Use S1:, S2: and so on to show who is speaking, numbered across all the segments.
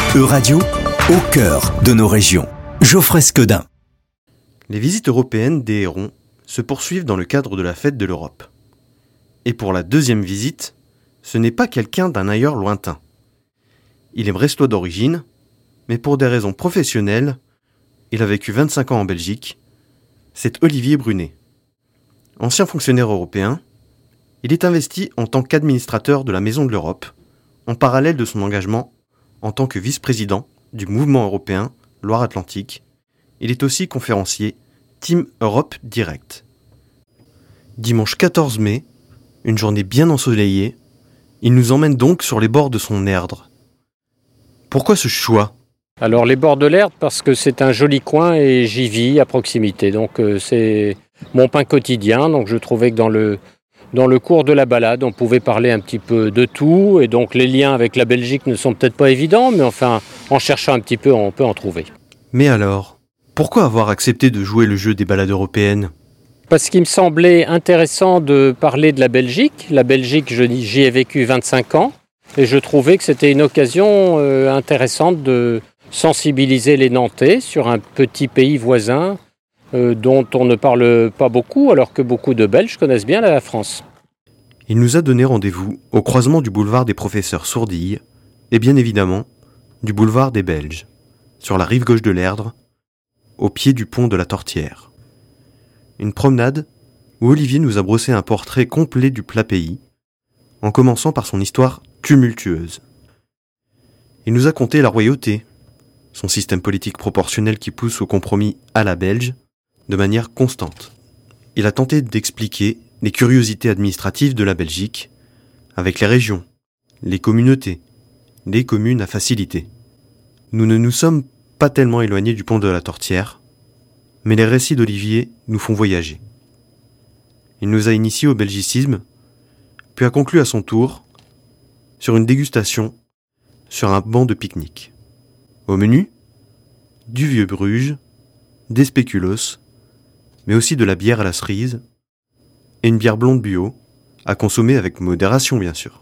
S1: Euradio, au cœur de nos régions. Geoffrey Scudin.
S2: Les visites européennes des Hérons se poursuivent dans le cadre de la Fête de l'Europe. Et pour la deuxième visite, ce n'est pas quelqu'un d'un ailleurs lointain. Il est brestois d'origine, mais pour des raisons professionnelles, il a vécu 25 ans en Belgique. C'est Olivier Brunet. Ancien fonctionnaire européen, il est investi en tant qu'administrateur de la Maison de l'Europe, en parallèle de son engagement en tant que vice-président du mouvement européen Loire-Atlantique. Il est aussi conférencier Team Europe Direct. Dimanche 14 mai, une journée bien ensoleillée, il nous emmène donc sur les bords de son Erdre. Pourquoi ce choix ?
S3: Alors les bords de l'Erdre parce que c'est un joli coin et j'y vis à proximité. Donc c'est mon pain quotidien. Donc je trouvais que dans le cours de la balade, on pouvait parler un petit peu de tout. Et donc les liens avec la Belgique ne sont peut-être pas évidents, mais enfin en cherchant un petit peu, on peut en trouver.
S2: Mais alors, pourquoi avoir accepté de jouer le jeu des balades européennes ?
S3: Parce qu'il me semblait intéressant de parler de la Belgique. La Belgique, j'y ai vécu 25 ans. Et je trouvais que c'était une occasion intéressante de sensibiliser les Nantais sur un petit pays voisin dont on ne parle pas beaucoup, alors que beaucoup de Belges connaissent bien la France.
S2: Il nous a donné rendez-vous au croisement du boulevard des Professeurs Sourdilles et bien évidemment du boulevard des Belges, sur la rive gauche de l'Erdre, au pied du pont de la Tortière. Une promenade où Olivier nous a brossé un portrait complet du plat pays, en commençant par son histoire tumultueuse. Il nous a conté la royauté, son système politique proportionnel qui pousse au compromis à la belge, de manière constante. Il a tenté d'expliquer les curiosités administratives de la Belgique, avec les régions, les communautés, les communes à faciliter. Nous ne nous sommes pas tellement éloignés du pont de la Tortière, mais les récits d'Olivier nous font voyager. Il nous a initiés au belgicisme, puis a conclu à son tour sur une dégustation sur un banc de pique-nique. Au menu, du vieux Bruges, des spéculoos, mais aussi de la bière à la cerise et une bière blonde bio, à consommer avec modération bien sûr.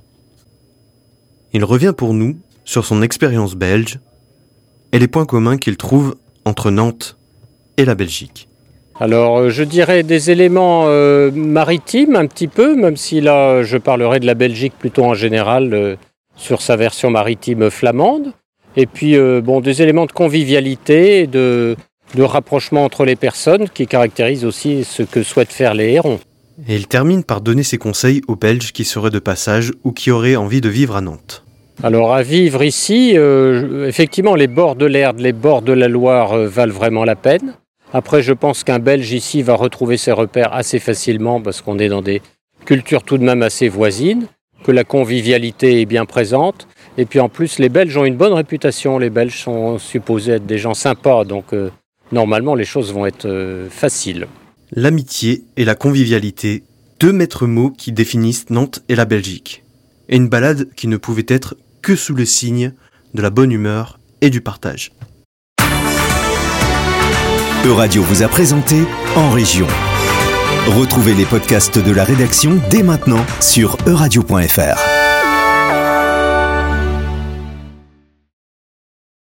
S2: Il revient pour nous sur son expérience belge et les points communs qu'il trouve entre Nantes et la Belgique.
S3: Alors je dirais des éléments maritimes un petit peu, même si là je parlerai de la Belgique plutôt en général sur sa version maritime flamande. Et puis des éléments de convivialité et de rapprochement entre les personnes qui caractérisent aussi ce que souhaitent faire les Hérons.
S2: Et il termine par donner ses conseils aux Belges qui seraient de passage ou qui auraient envie de vivre à Nantes.
S3: Alors à vivre ici, effectivement les bords de l'Erdre, les bords de la Loire valent vraiment la peine. Après je pense qu'un Belge ici va retrouver ses repères assez facilement parce qu'on est dans des cultures tout de même assez voisines, que la convivialité est bien présente. Et puis en plus les Belges ont une bonne réputation, les Belges sont supposés être des gens sympas, donc normalement les choses vont être faciles.
S2: L'amitié et la convivialité, deux maîtres mots qui définissent Nantes et la Belgique. Et une balade qui ne pouvait être que sous le signe de la bonne humeur et du partage.
S1: Euradio vous a présenté En Région. Retrouvez les podcasts de la rédaction dès maintenant sur euradio.fr.